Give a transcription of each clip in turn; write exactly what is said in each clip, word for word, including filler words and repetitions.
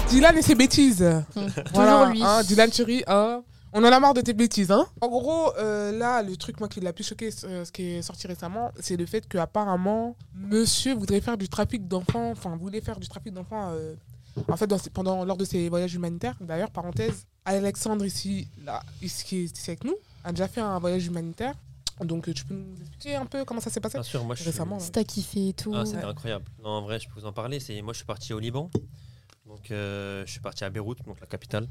Dylan et ses bêtises. Voilà, Toujours lui. hein, Dylan Thury, hein. On en a marre de tes bêtises, hein. En gros, euh, là, le truc moi qui l'a plus choqué, euh, ce qui est sorti récemment, c'est le fait qu'apparemment, monsieur voudrait faire du trafic d'enfants, enfin, voulait faire du trafic d'enfants, euh, en fait, dans ses- pendant, lors de ses voyages humanitaires. D'ailleurs, parenthèse, Alexandre, ici, là, ici, qui est ici avec nous, a déjà fait un voyage humanitaire. Donc, euh, tu peux nous expliquer un peu comment ça s'est passé Bien sûr, moi je suis... récemment? Si t'as kiffé et tout. Ah, c'était Ouais. incroyable. Non, en vrai, je peux vous en parler. C'est... Moi, je suis parti au Liban. Donc, euh, je suis parti à Beyrouth, donc la capitale.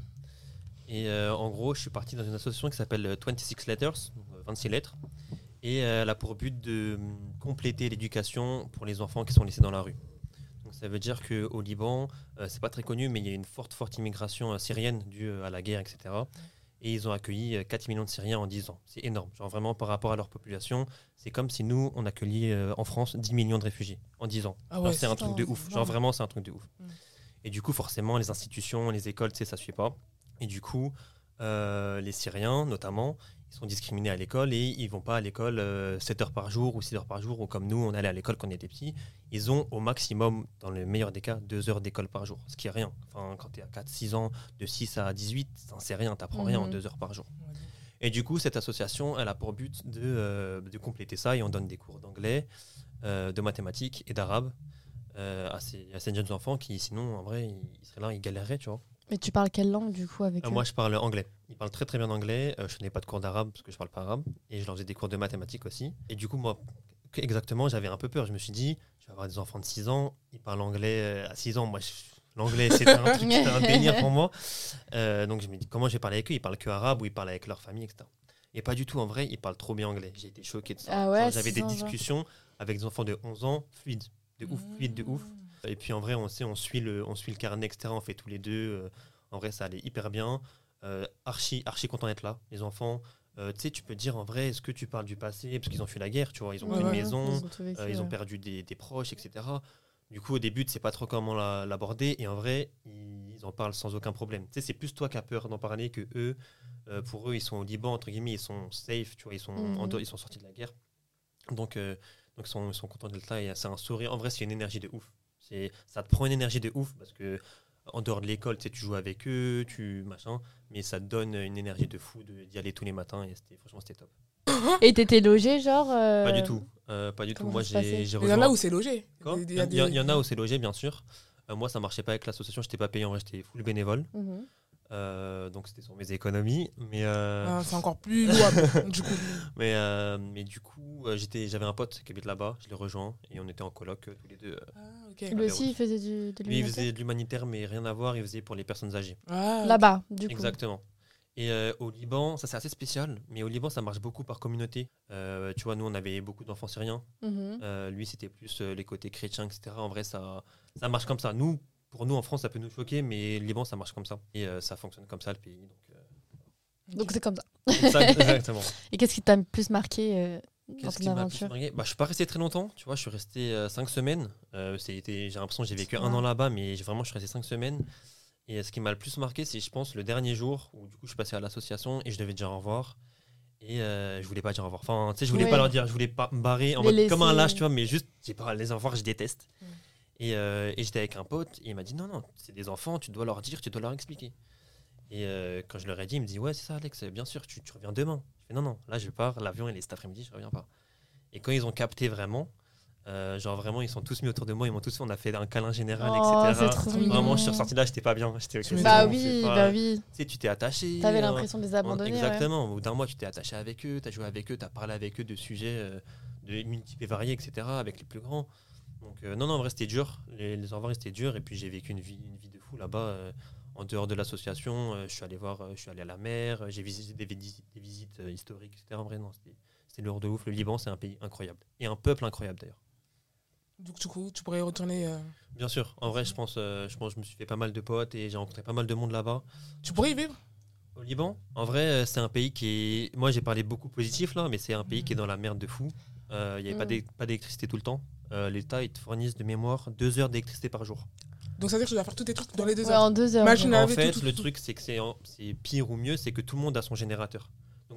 Et euh, en gros, je suis parti dans une association qui s'appelle euh, vingt-six Letters, donc, euh, vingt-six lettres. Et euh, elle a pour but de hum, compléter l'éducation pour les enfants qui sont laissés dans la rue. Donc, ça veut dire qu'au Liban, euh, c'est pas très connu, mais il y a une forte, forte immigration euh, syrienne due euh, à la guerre, et cetera. Et ils ont accueilli euh, quatre millions de Syriens en dix ans. C'est énorme. Genre vraiment, par rapport à leur population, c'est comme si nous, on accueillait euh, en France dix millions de réfugiés en dix ans. Ah Genre, ouais, c'est un c'est truc de énorme. ouf. Genre vraiment, c'est un truc de ouf. Mm. Et du coup, forcément, les institutions, les écoles, tu sais, ça ne suit pas. Et du coup, euh, les Syriens, notamment, ils sont discriminés à l'école et ils vont pas à l'école euh, sept heures par jour ou six heures par jour, ou comme nous, on allait à l'école quand on était petits. Ils ont au maximum, dans le meilleur des cas, deux heures d'école par jour, ce qui est rien. Enfin, quand tu es à quatre six ans, de six à dix-huit, c'est rien, tu n'apprends rien en Mhm. deux heures par jour. Et du coup, cette association, elle a pour but de, euh, de compléter ça et on donne des cours d'anglais, euh, de mathématiques et d'arabe euh, à, ces, à ces jeunes enfants qui, sinon, en vrai, ils, ils seraient là, ils galéreraient, tu vois. Mais tu parles quelle langue du coup avec Euh, eux? moi, je parle anglais. Ils parlent très très bien anglais. Euh, je n'ai pas de cours d'arabe parce que je parle pas arabe. Et je leur faisais des cours de mathématiques aussi. Et du coup, moi, que- exactement, j'avais un peu peur. Je me suis dit, je vais avoir des enfants de six ans. Ils parlent anglais euh, à six ans. Moi, je- l'anglais, c'était un truc, c'était un délire pour moi. Euh, donc, je me dis, comment je vais parler avec eux? Ils parlent que arabe ou ils parlent avec leur famille, et cetera. Et pas du tout, en vrai, ils parlent trop bien anglais. J'ai été choqué de ça. Ah ouais, Genre, j'avais six des ans, genre. discussions avec des enfants de onze ans, fluides. De ouf, fluide de ouf. Et puis en vrai, on sait, on suit le, on suit le carnet, et cetera. On fait tous les deux. euh, en vrai, ça allait hyper bien. Euh, archi, archi content d'être là. Les enfants, euh, tu sais, tu peux te dire en vrai, est-ce que tu parles du passé? Parce qu'ils ont fait la guerre, tu vois. Ils ont Ouais, plus de ouais. maison, Ils ont tout vécu, euh, ils ont ouais. perdu des, des proches, et cetera. Du coup, au début, tu sais pas trop comment la- l'aborder. Et en vrai, ils, ils en parlent sans aucun problème. Tu sais, c'est plus toi qui as peur d'en parler que eux. Euh, pour eux, ils sont au Liban, entre guillemets, ils sont safe, tu vois. Ils sont, Mhm. en dehors- ils sont sortis de la guerre. Donc, euh, donc ils, sont, ils sont contents d'être là. Et c'est un sourire. En vrai, c'est une énergie de ouf. C'est, ça te prend une énergie de ouf parce que en dehors de l'école, tu sais, tu joues avec eux, tu machin, mais ça te donne une énergie de fou de, d'y aller tous les matins et c'était, franchement, c'était top. Et t'étais logé genre euh, Pas du tout, euh, pas du tout. comment Moi, ça se passait? j'ai, j'ai Il y en a rejoint. où c'est logé. Quoi Il Il y a y, a- des- il y en a où c'est logé, bien sûr. Euh, moi, ça marchait pas avec l'association, j'étais pas payé, en vrai, j'étais full bénévole. Mhm. Euh, donc c'était sur mes économies, mais euh, Ah, c'est encore plus louable, du coup. mais euh, mais du coup, euh, j'étais, j'avais un pote qui habite là-bas, je l'ai rejoint et on était en coloc euh, tous les deux. euh. Ah, ok. Lui aussi il faisait du, de Lui, il l'humanitaire faisait de l'humanitaire, mais rien à voir, il faisait pour les personnes âgées. Ah, là-bas du coup. Exactement. Et euh, au Liban, ça c'est assez spécial, mais au Liban ça marche beaucoup par communauté. Euh, tu vois, nous on avait beaucoup d'enfants syriens. Mhm. Euh, lui c'était plus euh, les côtés chrétiens, et cetera. En vrai, ça, ça marche comme ça. Nous, pour nous en France, ça peut nous choquer, mais le Liban ça marche comme ça. Et euh, ça fonctionne comme ça le pays. Donc, euh, Donc c'est comme ça. exact- exactement. Et qu'est-ce qui t'a le plus marqué euh, dans Qu'est-ce ton qui m'a plus aventure? marqué bah, je suis pas resté très longtemps, tu vois, je suis resté euh, cinq semaines. Euh, c'était, j'ai l'impression que j'ai vécu Ça un va. an là-bas, mais j'ai- vraiment je suis resté cinq semaines. Et euh, ce qui m'a le plus marqué, c'est je pense le dernier jour où du coup je suis passé à l'association et je devais dire au revoir. Et euh, je voulais pas dire au revoir. Enfin, tu sais, je voulais Ouais. pas leur dire, je voulais pas me barrer en Les mode comme un laisser. lâche, tu vois, mais juste, j'ai pas les enfants, je déteste. Mm. Et, euh, et j'étais avec un pote et il m'a dit non, non, c'est des enfants, tu dois leur dire, tu dois leur expliquer. Et euh, quand je leur ai dit, il me dit ouais, c'est ça, Alex, bien sûr, tu, tu reviens demain. Je fais non, non, là je pars, l'avion il est cet après-midi, je reviens pas. Et quand ils ont capté vraiment, euh, genre vraiment, ils sont tous mis autour de moi, ils m'ont tous fait, on a fait un câlin général, Oh, et cetera. c'est trop Vraiment, Vraiment, mignon. je suis ressorti de là, j'étais pas bien. J'étais, ok, Tu c'est Bah bon, oui, c'est pas- bah oui. Tu sais, tu t'es attaché. T'avais euh, l'impression de les abandonner. ouais. Exactement. Au bout d'un mois, tu t'es attaché avec eux, tu as joué avec eux, tu as parlé avec eux de sujets euh, de multiples et variés, et cetera, avec les plus grands. Donc, euh, non, non, en vrai, c'était dur. Les, les au revoir, c'était dur. Et puis, j'ai vécu une vie, une vie de fou là-bas. euh, en dehors de l'association, euh, je suis allé voir, euh, je suis allé à la mer, euh, j'ai visité des, visi- des visites euh, historiques, et cetera. En vrai, non, c'était, c'était lourd de ouf. Le Liban, c'est un pays incroyable. Et un peuple incroyable, d'ailleurs. Donc, du coup, tu pourrais y retourner. euh, Bien sûr. En vrai, je pense, euh, je pense que je me suis fait pas mal de potes et j'ai rencontré pas mal de monde là-bas. Tu pourrais y vivre. Au Liban, en vrai, euh, c'est un pays qui est. Moi, j'ai parlé beaucoup positif là, mais c'est un pays qui est dans la merde de fou. Euh, Il n'y avait pas Mm. d'é- pas d'électricité tout le temps. Euh, L'État, ils te fournissent de mémoire deux heures d'électricité par jour. Donc, ça veut dire que tu dois faire tous tes trucs dans les deux Ouais, heures. en deux heures. Machine ouais. à En laver, fait, tout, tout, le tout. truc, c'est que c'est en- c'est pire ou mieux, c'est que tout le monde a son générateur. Donc,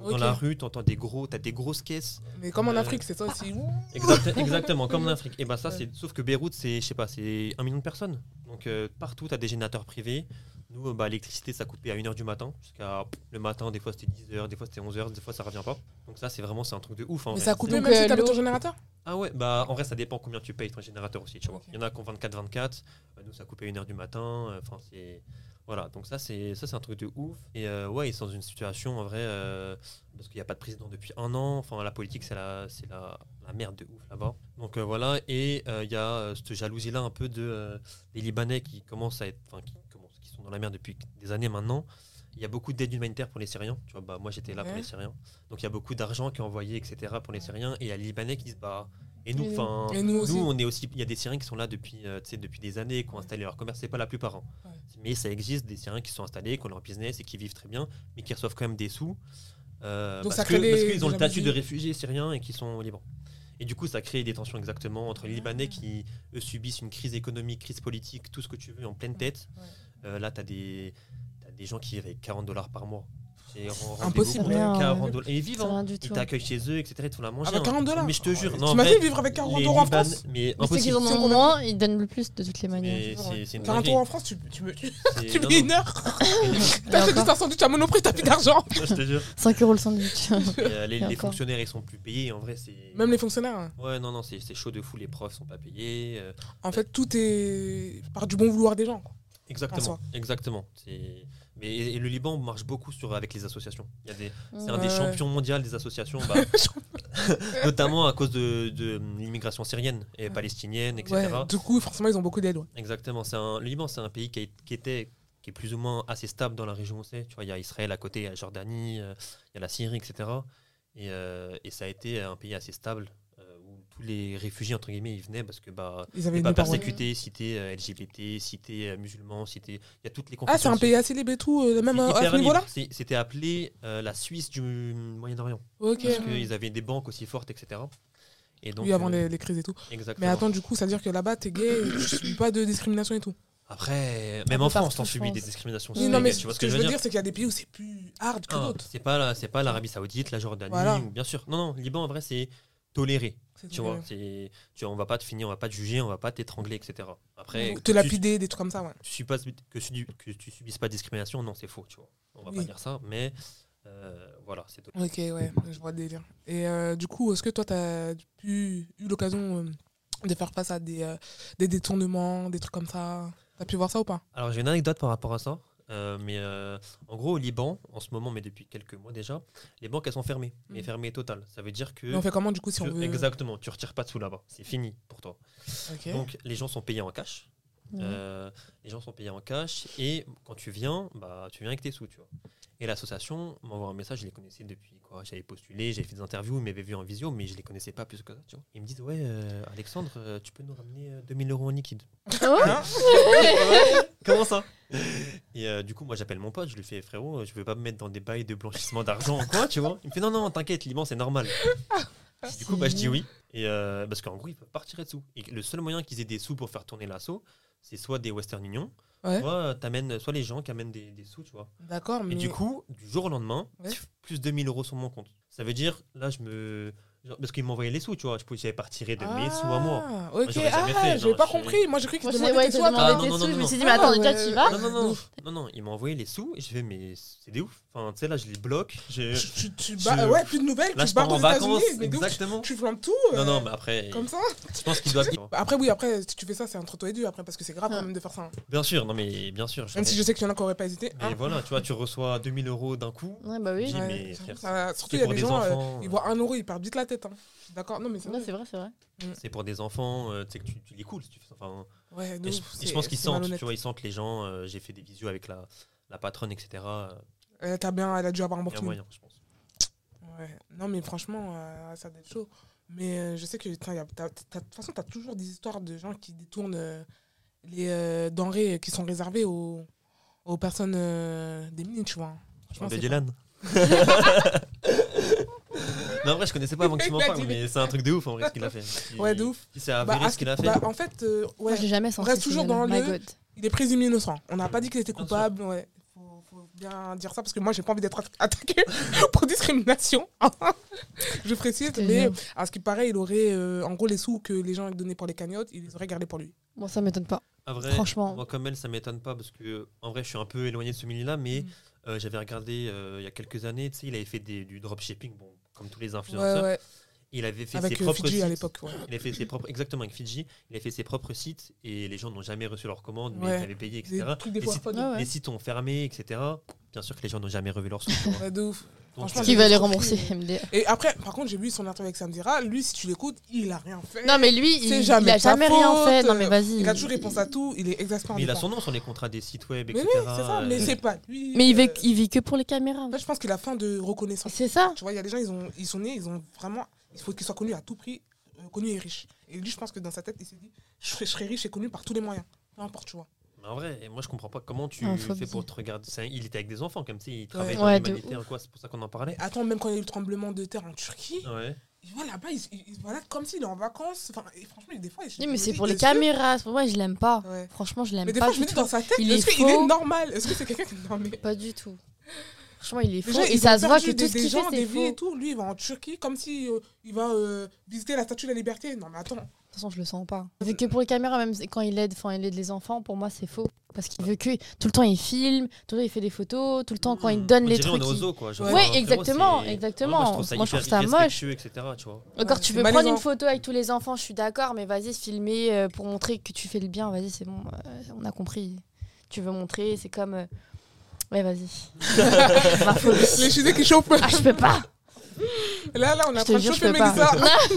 Dans Ok. la rue, t'entends des gros, t'as des grosses caisses. Mais comme en Euh, Afrique, c'est ça aussi. Ouh. Exact- exactement, comme en Afrique. Et bah ça, Ouais. c'est sauf que Beyrouth, c'est je sais pas, c'est un million de personnes. Donc euh, partout, t'as des générateurs privés. Nous, euh, bah, l'électricité, ça coupait à une heure du matin jusqu'à pff, le matin. Des fois, c'était dix heures, des fois, c'était onze heures, des fois, ça revient pas. Donc ça, c'est vraiment, c'est un truc de ouf. En Mais vrai. ça a coupé Donc, même si euh, t'avais ton l'eau- générateur. Ah ouais, bah en vrai, ça dépend combien tu payes ton générateur aussi, tu vois. Ok. Il y en a qui ont vingt-quatre vingt-quatre. euh, nous, ça coupait à une heure du matin. euh, Enfin, c'est voilà. Donc ça, c'est ça, c'est un truc de ouf. Et euh, ouais, ils sont dans une situation en vrai euh, parce qu'il n'y a pas de président depuis un an. Enfin, la politique, c'est la, c'est la, la merde de ouf là-bas. Donc euh, voilà. Et euh, il y a euh, cette jalousie-là un peu de euh, des Libanais qui commencent à être, enfin, qui commencent, qui sont dans la merde depuis des années maintenant. Il y a beaucoup d'aide humanitaire pour les Syriens. Tu vois, bah, moi, j'étais là pour Ouais. les Syriens. Donc il y a beaucoup d'argent qui est envoyé, et cetera pour les Syriens. Et il y a les Libanais qui disent bah et nous, Et nous. enfin, Et nous aussi. nous, on est aussi. Il y a des Syriens qui sont là depuis, euh, tu sais, depuis des années, qui ont installé leur commerce. C'est pas la plupart, hein. Ouais. Mais ça existe des Syriens qui sont installés, qui ont leur business et qui vivent très bien, mais qui reçoivent quand même des sous. euh, Donc parce ça que- crée des- parce qu'ils ont des le statut de jalousies. réfugiés syriens et qui sont au Liban. Et du coup, ça crée des tensions exactement entre les Libanais qui eux, subissent une crise économique, crise politique, tout ce que tu veux en pleine tête. Ouais. Euh, là, tu as des, t'as des gens qui vivent avec quarante dollars par mois. C'est ren- rendez-vous Impossible. pour Rien, quarante ouais. dollars. Et ils vivent, C'est hein. rien du Ils tout. t'accueillent chez eux, et cetera. Ils te font la manger. Avec quarante dollars. Mais je te jure, non, en T'imagines vrai, vivre avec quarante les euros en Liban- France? Mais Mais c'est impossible. qu'ils en C'est ont combien moins, ils donnent le plus de toutes les manières. Mais c'est c'est une quarante dinguerie. euros en France, tu, tu, me, tu, C'est- tu non, mets non. une heure. Et T'achètes encore, juste un sandwich à Monoprix, t'as plus d'argent. Je te jure. cinq euros le sandwich. Et, euh, les, Et les encore. fonctionnaires, ils sont plus payés. En vrai, c'est. Même les fonctionnaires. hein. Ouais, non, non, c'est c'est chaud de fou. Les profs sont pas payés. euh, En fait, tout est par du bon vouloir des gens. quoi. Exactement. soi. Exactement. C'est. Mais et, et le Liban marche beaucoup sur avec les associations. Il y a des. C'est un des Ouais. champions mondiaux des associations, bah, notamment à cause de, de l'immigration syrienne et palestinienne, et cetera. Ouais, du coup, forcément, ils ont beaucoup d'aide. ouais. Exactement. C'est un, le Liban, c'est un pays qui, est- qui était, qui est plus ou moins assez stable dans la région où c'est. Tu vois, il y a Israël à côté, il y a la Jordanie, euh, il y a la Syrie, et cetera. Et, euh, et ça a été un pays assez stable euh, où tous les réfugiés entre guillemets ils venaient parce que bah Ils avaient t'es pas une parole. persécuté si t'es euh, L G B T, si t'es euh, musulman, si t'es, il y a toutes les Ah, confessions. c'est un pays assez libre et tout, euh, même C'est à, à hyper ce niveau-là. libre. C'est- C'était appelé euh, la Suisse du Moyen-Orient Ok. parce qu'ils avaient des banques aussi fortes, et cetera. Et donc, Oui, avant euh, les, les crises et tout. exactement. Mais attends, du coup, ça veut dire que là-bas, t'es gay, et tu subis pas de discrimination et tout. Après, même peu en France, partout, t'en je subis des pense. discriminations. Oui, si non, t'es mais gay, tu vois ce que je veux dire dire, c'est qu'il y a des pays où c'est plus hard que Ah, d'autres. c'est pas la- c'est pas l'Arabie Saoudite, la Jordanie, Voilà. ou bien sûr. Non, non, Liban en vrai c'est toléré. C'est Tu tout, vois, ouais. c'est, tu vois, on va pas te finir, on va pas te juger, on va pas t'étrangler, et cetera. Après, Ou que te tu- lapider, des trucs comme ça, ouais. tu suis pas, que, tu, que tu subisses pas de discrimination, non, c'est faux, tu vois. On va pas Oui. dire ça, mais euh, voilà, c'est toléré. Ok, ouais, je vois le délire. Et euh, du coup, est-ce que toi, t'as pu, eu l'occasion euh, de faire face à des, euh, des détournements, des trucs comme ça? T'as pu voir ça ou pas? Alors j'ai une anecdote par rapport à ça. euh, mais euh, en gros, au Liban, en ce moment, mais depuis quelques mois déjà, les banques elles sont fermées, mais Mm. fermées totales. Ça veut dire que Mais on fait comment, du coup, si tu- on veut... exactement, tu retires pas de sous là-bas, c'est fini pour toi. Ok. Donc les gens sont payés en cash. Ouais. Euh, les gens sont payés en cash et quand tu viens, bah, tu viens avec tes sous, tu vois. Et l'association m'envoie un message, je les connaissais depuis quoi. J'avais postulé, j'avais fait des interviews, ils m'avaient vu en visio, mais je les connaissais pas plus que ça, tu vois. Ils me disent ouais, euh, Alexandre, euh, tu peux nous ramener euh, deux mille euros en liquide. Oh Comment ça? Et euh, du coup, moi j'appelle mon pote, je lui fais frérot, je veux pas me mettre dans des bails de blanchissement d'argent ou quoi, tu vois. Il me fait non, non, t'inquiète, Liban, c'est normal. Du coup, bah, je dis oui. Et euh, parce qu'en gros, ils peuvent pas retirer de sous. Et le seul moyen qu'ils aient des sous pour faire tourner l'assaut, c'est soit des Western Union, Ouais. soit, euh, t'amènes- soit les gens qui amènent des, des sous, tu vois. D'accord, mais... Et du coup, du jour au lendemain, Ouais. plus deux mille euros sur mon compte. Ça veut dire, là, je me. genre, parce qu'ils m'envoyaient les sous, tu vois. Je pouvais j'avais pas retiré de mes sous à moi. Ah, ok. j'aurais jamais Ah, fait, j'avais genre, pas je- compris. Moi, j'ai cru qu'ils Moi, je demandaient ouais, tes te sous à demandais Ah, toi. non, tes non, sous, non, je me non. suis dit, mais Ah, attends, déjà, ouais. tu y vas Non, non, de non, ouf. non, non, ils m'ont envoyé les sous et je fais, mais c'est des ouf. Enfin, tu sais, là, je les bloque. Je... Tu, tu, tu Je- bats- Ouais, plus de nouvelles, Là, tu je pars pars en aux vacances. États-Unis, mais de ouf, Exactement. tu flammes tout. Non, euh, non, mais après, Comme ça. je pense qu'ils doivent. Après, oui, après, si tu fais ça, c'est entre toi et Dieu, après, parce que c'est grave Ah. quand même de faire ça. hein. Bien sûr, non, mais bien sûr. Même si je sais qu'il y en a qui n'auraient pas hésité. Mais hein. voilà, tu vois, tu reçois deux mille euros d'un coup. Ouais, bah oui. Dis, Ouais, mais surtout, frère, ça- surtout, c'est il y a pour des des gens, euh, enfants. ils voient un euro, ils perdent vite la tête. hein. D'accord, non, mais c'est Ouais, vrai. c'est vrai, c'est vrai. C'est pour des enfants, euh, tu sais que tu, tu les coules. si tu fais- Enfin, Ouais, de et je, ouf, et c'est- je pense qu'ils c'est sentent, malhonnête. tu vois, ils sentent les gens. euh, j'ai fait des visios avec la, la patronne, et cetera. euh, Elle, t'a bien, elle a dû avoir un bon Il y a feeling. moyen, je pense. Ouais. Non, mais franchement, euh, ça doit être chaud. Mais euh, je sais que, putain, y a- t'as- t'as- de toute façon, tu as toujours des histoires de gens qui détournent euh, les euh, denrées qui sont réservées aux, aux personnes euh, démunies, tu vois. Franchement, De c'est Dylan. Non, en vrai, je connaissais pas avant que tu m'en Il a parles, dit- mais c'est un truc de ouf en vrai ce qu'il a fait. Il- pas- Ouais, de ouf. Il s'est Bah, avéré à ce qu'il a ce- fait. bah, en fait, euh, Moi, ouais, j'ai jamais senti. reste ce toujours film-là. dans My le- God. il est présumé innocent. On n'a pas dit qu'il était Bien coupable. Ouais. Faut, faut bien bien dire ça parce que moi, j'ai pas envie d'être attaquée pour discrimination. Je précise, Je te mais jure. à ce qui paraît, il aurait, euh, en gros, les sous que les gens lui donnaient pour les cagnottes, il les aurait gardés pour lui. Bon, ça m'étonne pas. À vrai, Franchement. moi comme elle, ça m'étonne pas parce que en vrai, je suis un peu éloigné de ce milieu-là, mais Mm. euh, j'avais regardé euh, il y a quelques années, tu sais, il avait fait des, du dropshipping, bon, comme tous les Ouais, influenceurs. ouais. Il avait fait Avec ses euh, propres Fidji sites. à l'époque. Ouais. Il a fait ses propres, exactement avec Fidji, il a fait ses propres sites et les gens n'ont jamais reçu leurs commandes, mais Ouais. ils avaient payé, Des et cetera. trucs des Les fois sites, fun. Ah ouais. les sites ont fermé, et cetera. Bien sûr que les gens n'ont jamais revu leurs sous. tu vois. Ouais, de ouf. Donc, Franchement, Qui j'ai va les trop rembourser, pris. M D R. Et après, par contre, j'ai vu son interview avec Samdira. Lui, si tu l'écoutes, il a rien fait. Non, mais lui, il, C'est il jamais a de sa jamais rien faute. fait. Non, mais vas-y. Il a toujours réponse à tout. Il est exaspérant. mais il a des son fois. nom sur les contrats des sites web, Mais et oui, cetera. c'est ça. Mais Euh, c'est pas lui. Mais il vit, euh, il vit que pour les caméras. En fait, je pense qu'il a faim de reconnaissance. C'est ça. Tu vois, il y a des gens, ils, ont, ils sont nés, ils ont vraiment. Il faut qu'ils soient connus à tout prix, euh, connus et riches. Et lui, je pense que dans sa tête, il s'est dit je serai, je serai riche et connu par tous les moyens. Peu importe, tu vois. Mais en vrai, moi je comprends pas comment tu Ah, faut fais que pour dis. te regarder. C'est un- Il était avec des enfants, comme tu sais, il travaille Ouais. dans Ouais, de l'humanitaire, quoi, c'est pour ça qu'on en parlait. Mais attends, même quand il y a eu le tremblement de terre en Turquie, Ouais. il va là-bas, il, il, il se balade comme s'il est en vacances. Enfin, et franchement, des fois, je Oui, me mais c'est dis, pour les est-ce que- caméras. Pour moi, je l'aime pas. Ouais. Franchement, je l'aime Mais des pas fois, je du me dis tout. dans sa tête, Il est-ce est qu'il est faux. normal Est-ce que c'est quelqu'un qui est normal Pas du tout. Franchement, il est faux. Déjà, Et ils ça ont se voit perdu que tout des, ce des qu'il fait, gens, c'est des vies faux. et tout. Lui, il va en Turquie comme si euh, il va euh, visiter la Statue de la Liberté. Non, mais attends. De toute façon, je le sens pas. Il veut que pour les caméras, même quand il aide, enfin, il aide les enfants, pour moi, c'est faux. Parce qu'il veut que tout le temps il filme, tout le temps il fait des photos, tout le temps quand il donne On les dirait trucs. on est il- aux zoo, quoi. Genre, Ouais, vraiment, exactement, c'est- exactement. Moi, je trouve ça, Moi, je hyper trouve ça moche. irrespectueux, et cetera. Tu vois. Encore, Ouais, tu c'est veux prendre malaisant. une photo avec tous les enfants, je suis d'accord, mais vas-y, filmer euh, pour montrer que tu fais le bien, vas-y, c'est bon, euh, on a compris. Tu veux montrer, c'est comme. euh, Ouais, vas-y. Ma phobie. Les chusés qui chauffent. Ah, je peux pas. Là, là, on est en Je te train de jure, je chauffer peux pas. Mélissa.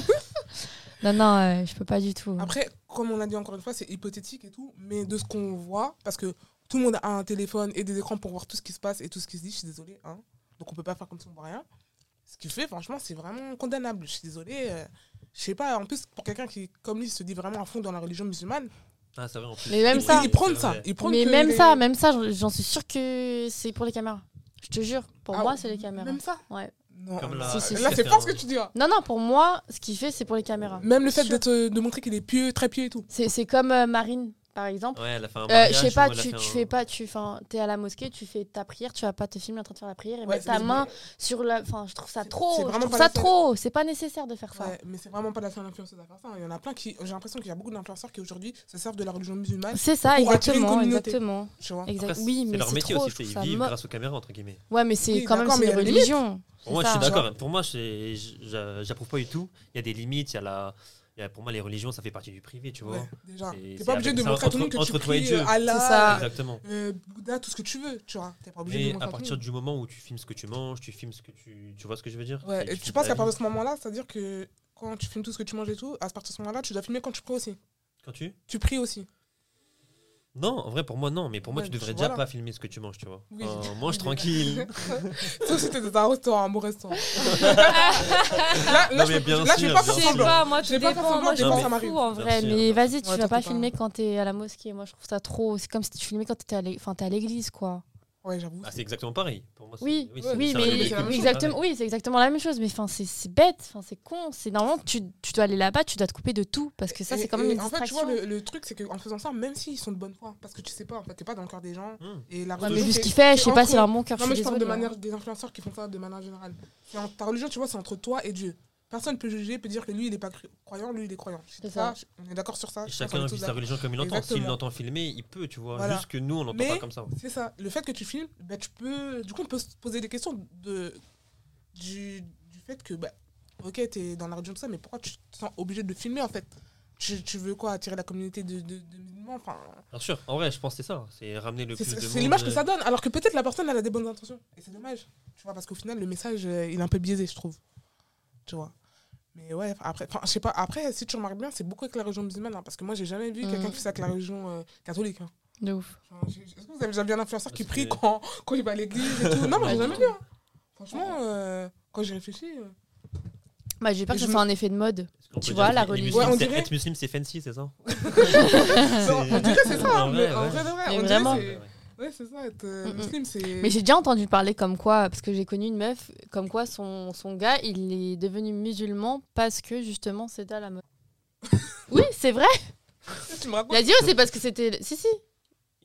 Non, non, euh, je peux pas du tout. Après, comme on l'a dit encore une fois, c'est hypothétique et tout, mais de ce qu'on voit, parce que tout le monde a un téléphone et des écrans pour voir tout ce qui se passe et tout ce qui se dit, je suis désolée, hein. Donc on peut pas faire comme si on voit rien. Ce qu'il fait, franchement, c'est vraiment condamnable. Je suis désolée. euh, je sais pas, en plus, pour quelqu'un qui, comme lui, se dit vraiment à fond dans la religion musulmane, Ah, c'est vrai, en plus. Mais même il, ça. il prône C'est ça. vrai. Il prône Mais que même les- ça, même ça, j'en- j'en suis sûre que c'est pour les caméras. Je te jure, pour Ah, moi, c'est les caméras. Même ça Ouais. Non, Comme non. la- Si, si, là, si. c'est fort ce que tu dis. Hein. Non, non, pour moi, ce qu'il fait, c'est pour les caméras. Même le fait Sûr. d'être, de montrer qu'il est pieux, très pieux et tout. C'est c'est comme euh, Marine, par exemple. Ouais, elle a fait un Euh, mariage. je sais pas, où elle a tu, fait tu un- fais pas, tu, enfin, t'es à la mosquée, tu fais ta prière, tu vas pas te filmer en train de faire la prière et Ouais, mettre c'est ta des- main sur la, enfin, je trouve ça C'est- trop, c'est je vraiment trouve pas ça la seule- trop, c'est pas nécessaire de faire ça. Ouais, mais c'est vraiment pas la seule influenceuse à faire ça. Il y en a plein qui. J'ai l'impression qu'il y a beaucoup d'influenceurs qui aujourd'hui se servent de la religion musulmane. C'est ça, Pour attirer une exactement, communauté. exactement. Tu vois. Exact. Après, Oui, c'est mais leur c'est métier trop, aussi, je c'est- trouve ils ça vivent mo- grâce aux caméras, entre guillemets. Ouais, mais c'est Oui, quand même d'accord, c'est mais une il y a des religion. Pour moi, C'est je suis ça. d'accord. Pour moi, c'est- j'a- j'approuve pas du tout. Il y a des limites, il y a la. il y a- Pour moi, les religions, ça fait partie du privé, tu vois. Ouais, déjà. C'est- T'es c'est pas obligé avec- de c'est montrer à entre- tout le monde que tu entre toi et pries Dieu. euh, Allah, C'est ça. Exactement. euh, Bouddha, tout ce que tu veux, tu vois. T'es pas obligé de Mais montrer à tout le partir monde. du moment où tu filmes ce que tu manges, tu filmes ce que tu. Tu vois ce que je veux dire? Ouais, C'est- et tu tu filmes penses ta qu'à vie. partir de ce moment-là, c'est-à-dire que quand tu filmes tout ce que tu manges et tout, à partir de ce moment-là, tu dois filmer quand tu pries aussi. Quand tu. Tu pries aussi. Non, en vrai, pour moi, non. Mais pour moi, Ouais, tu devrais voilà. déjà pas filmer ce que tu manges, tu vois. Oui. Enfin, mange tranquille. Sauf si t'es dans un restaurant, un bon restaurant. là, là, Non, je mais peux- bien là, je vais sûr, pas bien faire Je sûr. sais semblant. pas, moi Je tout vais pas faire dépend. semblant, Moi des je fois, m'en ça m'arrive. fous en Bien vrai, sûr, mais bien vas-y, sûr. tu Ouais, vas toi, pas t'es filmer quand t'es à la mosquée. Moi je trouve ça trop. C'est comme si tu filmais quand t'étais à l'é- enfin, t'es à l'église quoi. Ouais, j'avoue. Ah, c'est exactement pareil. Pour moi, c'est- Oui, Ouais, c'est- oui, c'est un mais lieu c'est de la culte, même chose, exactement, pareil. oui, c'est exactement la même chose. Mais enfin, c'est c'est bête, enfin, c'est con. C'est normalement tu, tu dois aller là-bas, tu dois te couper de tout parce que ça Et- c'est quand même et une en fait, tu distraction. vois, le, le truc, c'est qu'en faisant ça, même s'ils sont de bonne foi, parce que tu sais pas, en fait, t'es pas dans le cœur des gens. Hmm. Et la Ouais, mais religion, vu ce c'est- qu'il fait, je c'est sais pas entre- si leur mon cœur. Non, je mais suis je parle de désolée, manière hein. des influenceurs qui font ça de manière générale. C'est en- ta religion, tu vois, c'est entre toi et Dieu. Personne peut juger, peut dire que lui, il est pas cr- croyant, lui, il est croyant. C'est Ça, ça. on est d'accord sur ça. Et je pense qu'on chacun est vit tous sa d'accord. religion comme il l'entend. S'il Exactement. l'entend filmer, il peut, tu vois. Voilà. Juste que nous, on l'entend Mais- pas comme ça. C'est ça. Le fait que tu filmes, bah, tu peux. Du coup, on peut se poser des questions de, du, du fait que, bah, ok, t'es dans la religion de ça, mais pourquoi tu te sens obligé de filmer en fait tu, tu veux quoi, attirer la communauté de, de, de musulmans enfin, Bien sûr. En vrai, je pense que c'est ça. C'est ramener le C'est plus de c'est monde. l'image que euh, ça donne, alors que peut-être la personne elle a des bonnes intentions. Et c'est dommage. Tu vois, parce qu'au final, le message euh, il est un peu biaisé, je trouve. Tu vois. Mais ouais, après, enfin, je sais pas, après, si tu remarques bien, c'est beaucoup avec la religion musulmane, hein, parce que moi, j'ai jamais vu Mhm. quelqu'un qui fait ça avec la religion euh, catholique. Hein. De ouf. Enfin, j'ai- Est-ce que vous avez déjà vu un influenceur qui Parce prie que- quand, quand il va à l'église et tout? Non, moi, j'ai Pas jamais du vu. Hein. Franchement, euh, quand j'y réfléchis. euh, Bah, j'ai peur Et que ce je soit me- un effet de mode. est-ce qu'on Tu peut vois, dire la que les religion- musulmans, Ouais, on c'est- dirait- Être musulman, c'est fancy, c'est ça? non, on dirait que c'est ça, En mais vrai, en ouais. vrai de vrai. Mais on dirait vraiment. c'est- Ouais, c'est ça, être euh, Mm, mm. musulman, c'est. Mais j'ai déjà entendu parler comme quoi, parce que j'ai connu une meuf, comme quoi son, son gars, il est devenu musulman parce que justement c'était à la mode. Oui, c'est vrai. Tu me Il racontes a dit, oh, c'est parce que c'était. Si, si.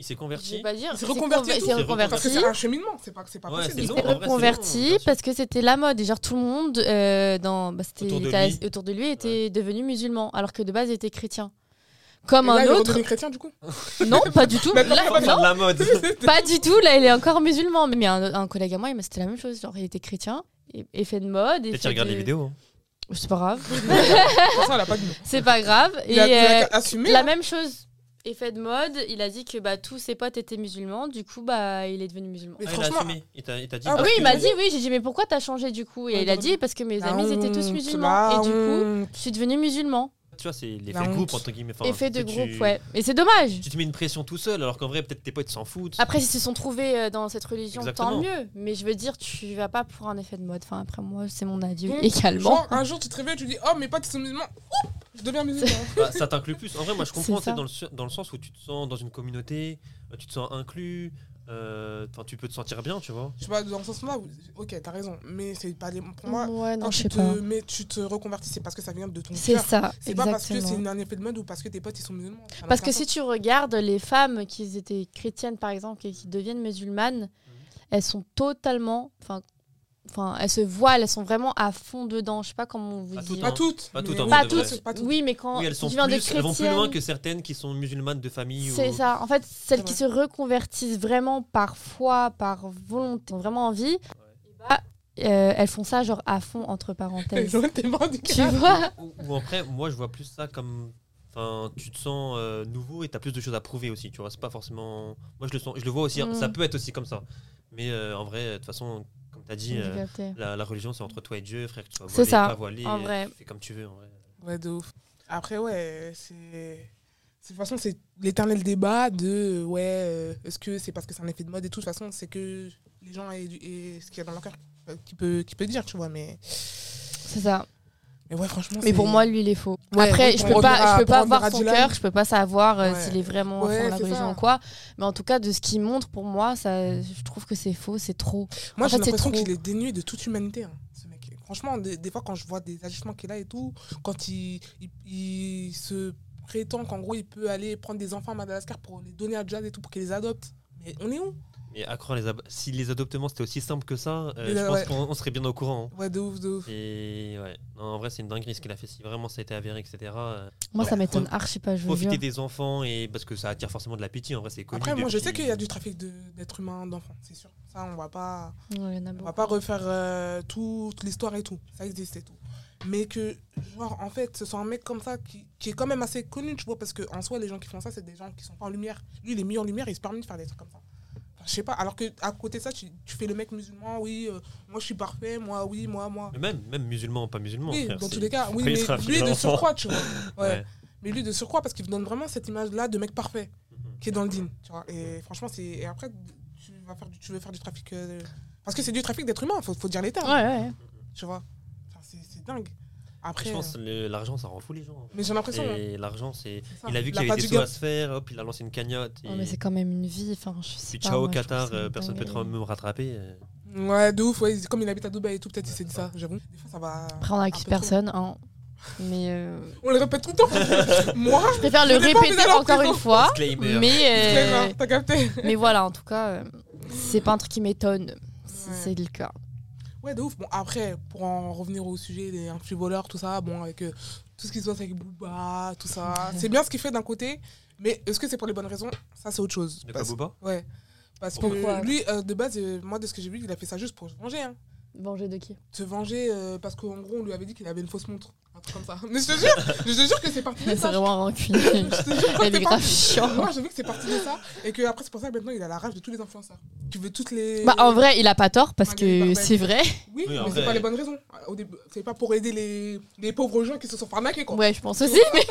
Il s'est Je vais converti. pas dire. Il s'est reconverti et Il tout. s'est Il s'est reconverti. Parce que c'est un cheminement, c'est pas, c'est pas Ouais, possible. c'est Il long, s'est en vrai, c'est long, reconverti bien sûr. parce que c'était la mode. Et genre, tout le monde euh, dans, bah, c'était, Autour de était- lui. autour de lui était devenu musulman, alors que de base, il était chrétien. Comme Et là, un il est autre. redevenu chrétien du coup. Non, pas du tout. Maintenant, Là, il va Faire non, de la mode. pas du tout. Là, il est encore musulman. Mais un, un collègue à moi, il m'a- c'était la même chose. Genre, il était chrétien, et, et fait de mode. Et Peut-être fait qu'il regarde de- les vidéos. hein. C'est pas grave. De toute façon, elle a pas dit non. C'est pas grave. Il et a, il a euh, assumé. la hein. même chose. Effet de mode, il a dit que bah, tous ses potes étaient musulmans, du coup bah, il est devenu musulman. Mais Ah, il a franchement, assumé. Il t'a il t'a dit. Ah parce Oui, il que- m'a dit oui, j'ai dit mais pourquoi t'as changé du coup? Et Ouais, il a bah, dit parce que mes la amis ils étaient tous honte, musulmans la et du coup honte. je suis devenu musulman. Tu vois, c'est l'effet La de honte. groupe, entre guillemets. Enfin, Effet de tu sais, groupe, tu- ouais. Et c'est dommage. Tu te mets une pression tout seul, alors qu'en vrai, peut-être tes potes s'en foutent. Après s'ils se sont trouvés euh, dans cette religion, Exactement. tant mieux. Mais je veux dire, tu vas pas pour un effet de mode. Enfin après moi, c'est mon avis Donc, également. Genre, un jour, tu te réveilles, tu dis oh, mes potes ils sont musulmans. Oup, je deviens musulman. Bah, ça t'inclut plus. En vrai, moi, je comprends. C'est ça. C'est dans le, su- dans le sens où tu te sens dans une communauté, euh, tu te sens inclus. euh, Enfin, tu peux te sentir bien, tu vois. Je sais pas, dans ce sens-là, ok, t'as raison. Mais c'est pas les. Pour moi, ouais, non, quand je tu sais te, pas. mais tu te reconvertis, c'est parce que ça vient de ton C'est cœur. ça, C'est pas parce que c'est exactement. un effet de mode ou parce que tes potes ils sont musulmans. Ça n'a Parce aucun que si sens. tu regardes les femmes qui étaient chrétiennes par exemple et qui deviennent musulmanes, elles sont totalement, enfin, enfin, elles se voilent, elles sont vraiment à fond dedans. Je sais pas comment vous Pas dire. toutes, Pas hein. toutes. Pas mais toutes, en oui, Pas vrai, de toutes. vrai. pas toutes. Oui, mais quand Oui, elles sont tu viens de plus, elles vont plus loin chrétiennes, que certaines qui sont musulmanes de famille. c'est ou... ça. En fait, celles C'est qui se reconvertissent vraiment par foi, par volonté, ont vraiment envie, et bah, euh, elles font ça genre à fond entre parenthèses. Joël, t'es mort du Tu cœur. vois? Ou, ou après, moi, je vois plus ça comme. Enfin, tu te sens euh, nouveau et t'as plus de choses à prouver aussi, tu vois. C'est pas forcément. Moi, je le sens, je le vois aussi. Mm. Ça peut être aussi comme ça. Mais euh, en vrai, de toute façon, comme t'as dit, J'ai euh, capté. la, la religion, c'est entre toi et Dieu, frère. Que tu sois C'est voilé, ça, pas voilé, en euh, vrai. tu fais comme tu veux, en vrai. Ouais, de ouf. Après, ouais, c'est. c'est- De toute façon, c'est l'éternel débat de ouais, euh, est-ce que c'est parce que c'est un effet de mode et tout. De toute façon, c'est que les gens et, et ce qu'il y a dans leur cœur euh, qui peut, qui peut dire, tu vois. Mais, C'est ça. mais ouais, franchement. Mais c'est- pour moi, lui, il est faux. Ouais, Après, oui, je pour peux pas, revenir à- je peux pour pas revenir voir à son Dylan. cœur, je peux pas savoir euh, Ouais. s'il est vraiment à Ouais, fond de la c'est religion ça. ou quoi. Mais en tout cas, de ce qu'il montre, pour moi, ça, je trouve que c'est faux, c'est trop. Moi, En j'ai fait, c'est l'impression trop. qu'il est dénué de toute humanité, hein, ce mec. Franchement, des, des fois, quand je vois des agissements qu'il a et tout, quand il, il, il se prétend qu'en gros, il peut aller prendre des enfants à Madagascar pour les donner à Jazz et tout, pour qu'il les adopte. Mais on est où? Mais à croire, les ab- si les adoptements c'était aussi simple que ça, euh, Mais je là, pense ouais. qu'on on serait bien au courant. hein. Ouais, de ouf, de ouf. Et ouais, non, en vrai, c'est une dinguerie ce qu'il a fait. Si vraiment ça a été avéré, et cetera. euh, Moi, ça Ouais. m'étonne archi pas, je vous jure. profiter des enfants et parce que ça attire forcément de l'appétit. En vrai, c'est connu. Après, moi, je depuis- sais qu'il y a du trafic de- d'êtres humains, d'enfants, c'est sûr. Ça, on va pas, Ouais, il y en a on beaucoup. va pas refaire euh, toute l'histoire et tout. Ça existe et tout. Mais que, genre, en fait, ce soit un mec comme ça qui, qui est quand même assez connu, tu vois, parce qu'en soi, les gens qui font ça, c'est des gens qui sont pas en lumière. Lui, il est mis en lumière, il se permet de faire des trucs comme ça. Enfin, je sais pas, alors qu'à côté de ça, tu, tu fais le mec musulman, oui, euh, moi je suis parfait, moi, oui, moi, moi. Mais même, même musulman, pas musulman. Oui, frère, dans c'est- tous les cas, oui, pas une mais trafic lui de d'enfants. surcroît, tu vois. Ouais. Ouais. Mais lui de surcroît, parce qu'il donne vraiment cette image-là de mec parfait, Mhm. qui est dans le digne, tu vois. Et franchement, c'est. Et après, tu, vas faire du... tu veux faire du trafic. euh, Parce que c'est du trafic d'êtres humains, faut, faut dire les termes, Ouais, ouais. tu vois. Enfin, c'est c'est dingue. Après. Je pense euh, que le- l'argent, ça rend fou les gens. hein. Mais j'ai l'impression. hein, Et l'argent, c'est. c'est ça. Il a vu Il qu'il y pas avait des du sous gars. à se faire, hop, il a lancé une cagnotte. Ouais, et- mais c'est quand même une vie. Enfin, je sais Puis pas, ciao moi, je trouve Qatar, que c'est euh, une personne peut dinguerie. te me rattraper. euh. Ouais, de ouf, ouais. Comme il habite à Dubaï et tout, peut-être il s'est dit ça, j'avoue. Des fois, ça va. Après, on un accuse peu trop. personne, hein. Mais euh, On le répète tout le temps. Moi, je préfère le Je dépends, mais répéter alors, encore plutôt. une fois. Disclaimer. Mais, euh, Disclaimer, t'as capté. mais voilà, en tout cas, euh, c'est pas un truc qui m'étonne si Ouais. c'est le cas. Ouais, de ouf. Bon, après, pour en revenir au sujet des influx voleurs, tout ça, bon, avec euh, tout ce qui se passe avec Booba, tout ça, c'est bien ce qu'il fait d'un côté, mais est-ce que c'est pour les bonnes raisons? Ça, c'est autre chose. De Parce- Booba Ouais. Parce Pourquoi que lui, euh, de base, euh, moi, de ce que j'ai vu, il a fait ça juste pour se venger. Hein. Venger de qui? Se venger euh, parce qu'en gros, on lui avait dit qu'il avait une fausse montre. Un truc comme ça. Mais je te jure, je te jure que c'est parti de C'est ça. vraiment rancunier. Je te jure que Elle est c'est grave parti- chiant. Moi, j'ai vu que c'est parti de ça. Et que après, c'est pour ça que maintenant, il a la rage de tous les influenceurs. Tu veux toutes les. Bah, en vrai, il a pas tort parce Malgré les que barbelles. c'est vrai. Oui, Oui, en mais vrai. c'est pas les bonnes raisons. Au début, c'est pas pour aider les, les pauvres gens qui se sont fait arnaquer, quoi. Ouais, je pense aussi, mais.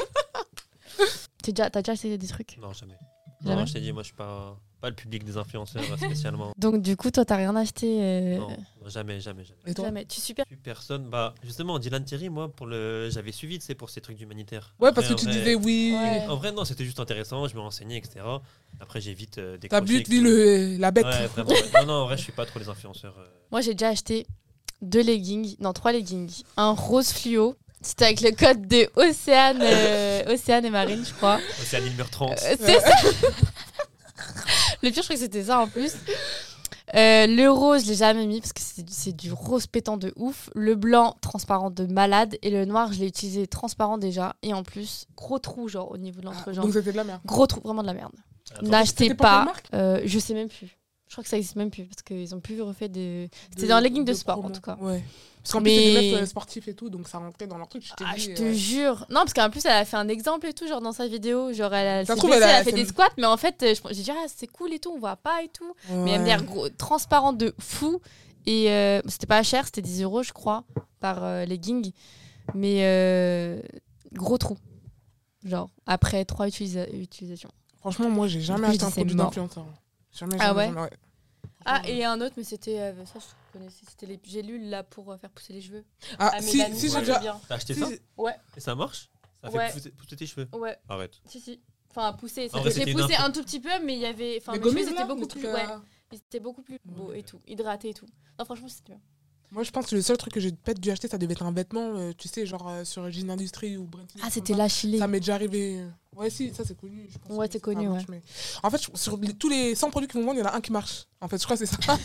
T'as déjà, t'as déjà essayé des trucs? Non, jamais. Jamais Non, je t'ai dit, moi, je suis pas, pas le public des influenceurs euh, spécialement. Donc, du coup, toi, t'as rien acheté euh, Non, jamais, jamais, jamais. Et toi? Jamais. Tu super. Plus personne. Bah, justement, Dylan Thierry, moi, pour le, j'avais suivi, tu sais, pour ces trucs d'humanitaire. Ouais, parce que Après, tu en vrai- disais oui. Ouais. En vrai, non, c'était juste intéressant, je me renseignais, et cetera. Après, j'ai vite euh, T'as décroché. but, lui, le, la bête. Ouais, vraiment. ouais. Non, non, en vrai, je suis pas trop les influenceurs. euh. Moi, j'ai déjà acheté deux leggings, non, trois leggings. Un rose fluo. C'était avec le code de Océane, euh, Océane et Marine, je crois. C'est à l'île trente. Euh, c'est ça. Le pire, je crois que c'était ça en plus. Euh, le rose, je l'ai jamais mis parce que c'est, c'est du rose pétant de ouf. Le blanc, transparent de malade. Et le noir, je l'ai utilisé transparent déjà. Et en plus, gros trou, genre au niveau de Ah, l'entrejambe. donc c'était de la merde. Gros trou, vraiment de la merde. Attends, N'achetez c'était pour quelle pas. marque Euh, je sais même plus. Je crois que ça existe même plus parce qu'ils ont plus refait de. C'était De- dans legging de, de sport promo. en tout cas. Ouais. Parce qu'en plus, Mais- c'est des meufs euh, sportifs et tout, donc ça rentrait dans leur truc. Je t'ai Ah, dit, je te euh, jure. Non, parce qu'en plus, elle a fait un exemple et tout, genre dans sa vidéo. Genre, elle, elle Ça s'est se trouve, baissée, elle a- elle a fait c'est des une- squats, mais en fait, euh, je- j'ai dit, ah, c'est cool et tout, on voit pas et tout. Mais elle me ouais. dit, gros, transparent de fou. Et euh, c'était pas cher, c'était dix euros, je crois, par euh, legging. Mais euh, gros trou. Genre, après trois utilisa- utilisations. Franchement, moi, j'ai jamais coup, acheté je un dis, c'est produit mort. d'influenceur. Jamais, Ah jamais, ouais jamais, ouais. Ah, et un autre, mais c'était. euh, ça, je connaissais. C'était les gélules là pour euh, faire pousser les cheveux. Ah, Ah, si, Mélanie, si, j'ai moi, déjà. j'aime bien. T'as acheté si, ça si- Ouais, Et ça marche? Ça Ouais. fait pousser, pousser tes cheveux? ouais, Arrête. si, si. Enfin, pousser. Ça En vrai, fait c'était une pousser info. un tout petit peu, mais il y avait. Enfin, les mes cheveux, gommises, c'était là, beaucoup les plus. trucs, Ouais, euh, ils étaient beaucoup plus beaux Ouais. et tout. Hydratés et tout. Non, franchement, c'était bien. Moi, je pense que le seul truc que j'ai peut-être dû acheter, ça devait être un vêtement, euh, tu sais, genre euh, sur Jean Industrie ou Brent. Ah, c'était la Chili. Ça m'est déjà arrivé. Ouais, si, ça c'est connu. Je pense Ouais, que c'est ça connu, marche, mais- En fait, je- sur les- tous les cent produits qu'ils vont vendre, il y en a un qui marche. En fait, je crois que c'est ça.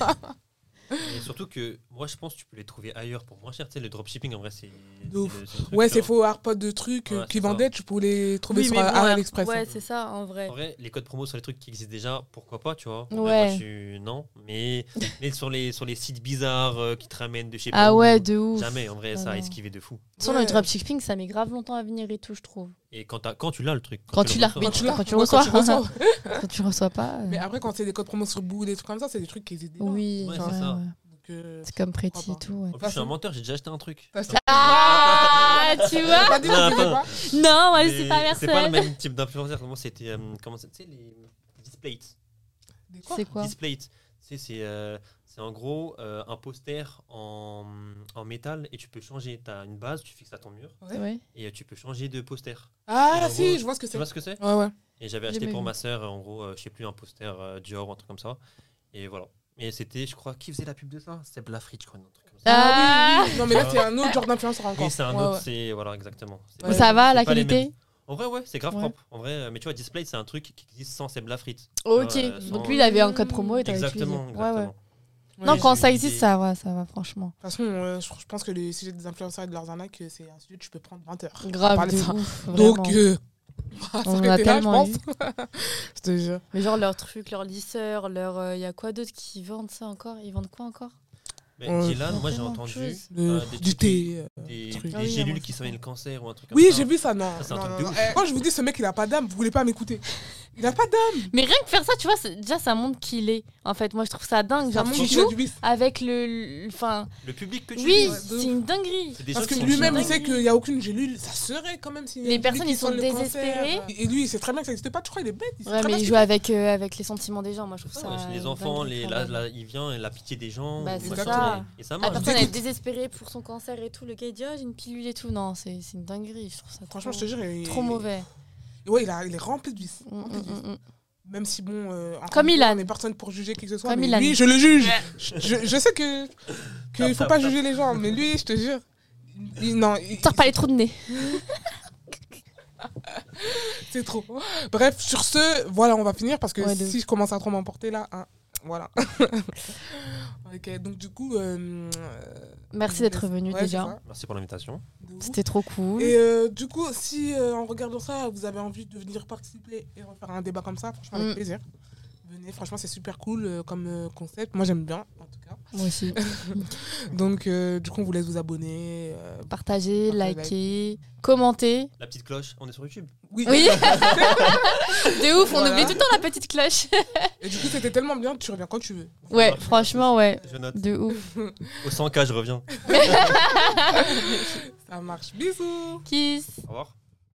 Et surtout que moi je pense que tu peux les trouver ailleurs pour moins cher. Tu sais, le dropshipping en vrai c'est. De ouf. c'est le- c'est le truc, Ouais, tu c'est vois. faux, Harpod de trucs euh, Ouais, qui c'est ça. vendaient, tu peux les trouver Oui, sur mais euh, bon, AliExpress. Ouais, hein. c'est ça, en vrai. En vrai, les codes promo sur les trucs qui existent déjà, pourquoi pas, tu vois. En vrai, Ouais. moi, je suis... Non, mais, mais sur, les, sur les sites bizarres euh, qui te ramènent de chez Ah ouais, de ouf. Jamais, en vrai, Ah ça a non. esquivé de fou. Sur Ouais. le dropshipping, ça met grave longtemps à venir et tout, je trouve. Et quand, t'as- quand tu l'as le truc. Quand tu le l'as, reçois, oui, Quand tu l'as, Quand tu le ouais, reçois. tu reçois. Quand tu reçois pas. euh, Mais après, quand c'est des codes promo sur Boo, des trucs comme ça, c'est des trucs qui existent déjà. Oui, Ouais, ouais, c'est ça. ouais. Donc, euh, C'est comme Pourquoi Pretty et pas. tout. Ouais. En plus, je suis un menteur, j'ai déjà acheté un truc. t'as acheté- Ah, tu vois T'as dit, Non, tu sais attends. pas. Non, moi, Mais c'est pas C'est pas le personnel. même type d'influenceur. Comment c'était euh, Comment ça- tu sais, les displays. Des quoi C'est quoi Displays. Tu sais, c'est euh, c'est en gros euh, un poster en, en métal et tu peux changer. Tu as une base, tu fixes à ton mur Ouais. et euh, tu peux changer de poster. Ah, Et en si, gros, je vois ce que Tu c'est. vois ce que c'est? Ouais, ouais. Et j'avais J'ai acheté jamais pour vu. ma sœur, en gros, euh, je sais plus, un poster euh, Dior ou un truc comme ça. Et voilà. Et c'était, je crois, qui faisait la pub de ça? C'était Blafrit, je crois, un truc comme ça. Ah, oui, oui. Non, mais là, c'est un autre genre d'influenceur encore. Oui, c'est un Ouais, autre, ouais. c'est. Voilà, exactement. C'est Ouais. pas- Ça va, c'est la pas les qualité mêmes. En vrai, ouais, c'est grave Ouais. propre. En vrai, euh, mais tu vois, Display, c'est un truc qui existe sans Seb Blafrit. Ok. Ouais, sans- Donc lui, il avait un code promo et t'as utilisé. Exactement, Ouais, exactement. ouais. Ouais. Non, Ouais, quand j'ai ça eu existe, des- ça va, ça va, franchement. De toute façon, euh, je je pense que les sujets des influenceurs et de leurs arnaques, euh, c'est un sujet que tu peux prendre vingt heures. Grave Parler de de ça. ouf. Donc, vraiment. euh, on va On en a s'arrêter là, je tellement pense. eu. Je te jure. Mais genre leurs trucs, leurs lisseurs, leur. Il y a quoi d'autre qui vendent ça encore? Ils vendent quoi encore? Mais Euh, Dylan, moi j'ai tellement de entendu choses. Le- euh, des du trucs- thé. euh, des, truc. des Ah oui, gélules moi, qui c'est soignent le cancer ou un truc comme Oui, ça. j'ai vu ça, non. Ça, c'est un Non, truc non, de non. ouf. Eh, Quand je vous dis ce mec, il a pas d'âme, vous voulez pas m'écouter. Il a pas d'âme. Mais rien que faire ça, tu vois, c'est- déjà ça montre qui il est. En fait, moi je trouve ça dingue. Ça Genre, montre tu qu'il a joues du vice. avec le. Enfin, Le public que tu oui, vises, ouais, de c'est ouf. une dinguerie. c'est des Parce choses que qui sont lui-même, il dingues. sait qu'il n'y a aucune gélule. Ça serait quand même si. Les personnes, ils sont désespérées. Et lui, il sait très bien que ça n'existe pas. Tu crois, il est bête. Il sait Ouais, très mais bien il ce joue avec, euh, avec les sentiments des gens. Moi je trouve ça. Ouais, chez les une enfants, dinguerie, les, quand là, même. là, il vient, la pitié des gens. Bah, ou c'est machin, ça. Et, et ça La marche. personne elle est Écoute. désespérée pour son cancer et tout. Le gars il dit, oh, j'ai une pilule et tout. Non, c'est c'est une dinguerie. Je trouve ça Franchement, je trop, te jure. il- trop mauvais. Ouais, il, a, il est rempli de vices. Mm, Rempli de mm, vices. mm, mm. Même si, bon. euh, encore Comme une fois, Ilan. on n'est personne pour juger qui que ce soit. Comme mais Ilan. lui, je le juge. je, je- je sais que. Qu'il Tap, faut tap, pas tap. juger les gens. Mais lui, je te jure. il- non, il- Sors pas les trous de nez. c'est trop. Bref, sur ce, voilà, on va finir parce que Ouais, de si je commence à trop m'emporter là, hein, voilà. Ok, donc du coup. euh, Merci je d'être laisse- venu ouais, déjà. c'est ça, Merci pour l'invitation. de ouf. C'était trop cool. Et euh, du coup, si euh, en regardant ça, vous avez envie de venir participer et refaire un débat comme ça, franchement, avec Mm. plaisir. Venez, franchement, c'est super cool euh, comme euh, concept. Moi, j'aime bien, en tout cas. Moi aussi. Donc, euh, du coup, on vous laisse vous abonner. euh, Partagez, Partagez, likez, commentez. La petite cloche, on est sur YouTube. Oui. Oui. De ouf, on Voilà. oublie tout le temps la petite cloche. Et du coup, c'était tellement bien, tu reviens quand tu veux. Ouais, franchement, ouais. Je note. De ouf. Au cent K, je reviens. Ça marche. Bisous. Kiss. Au revoir.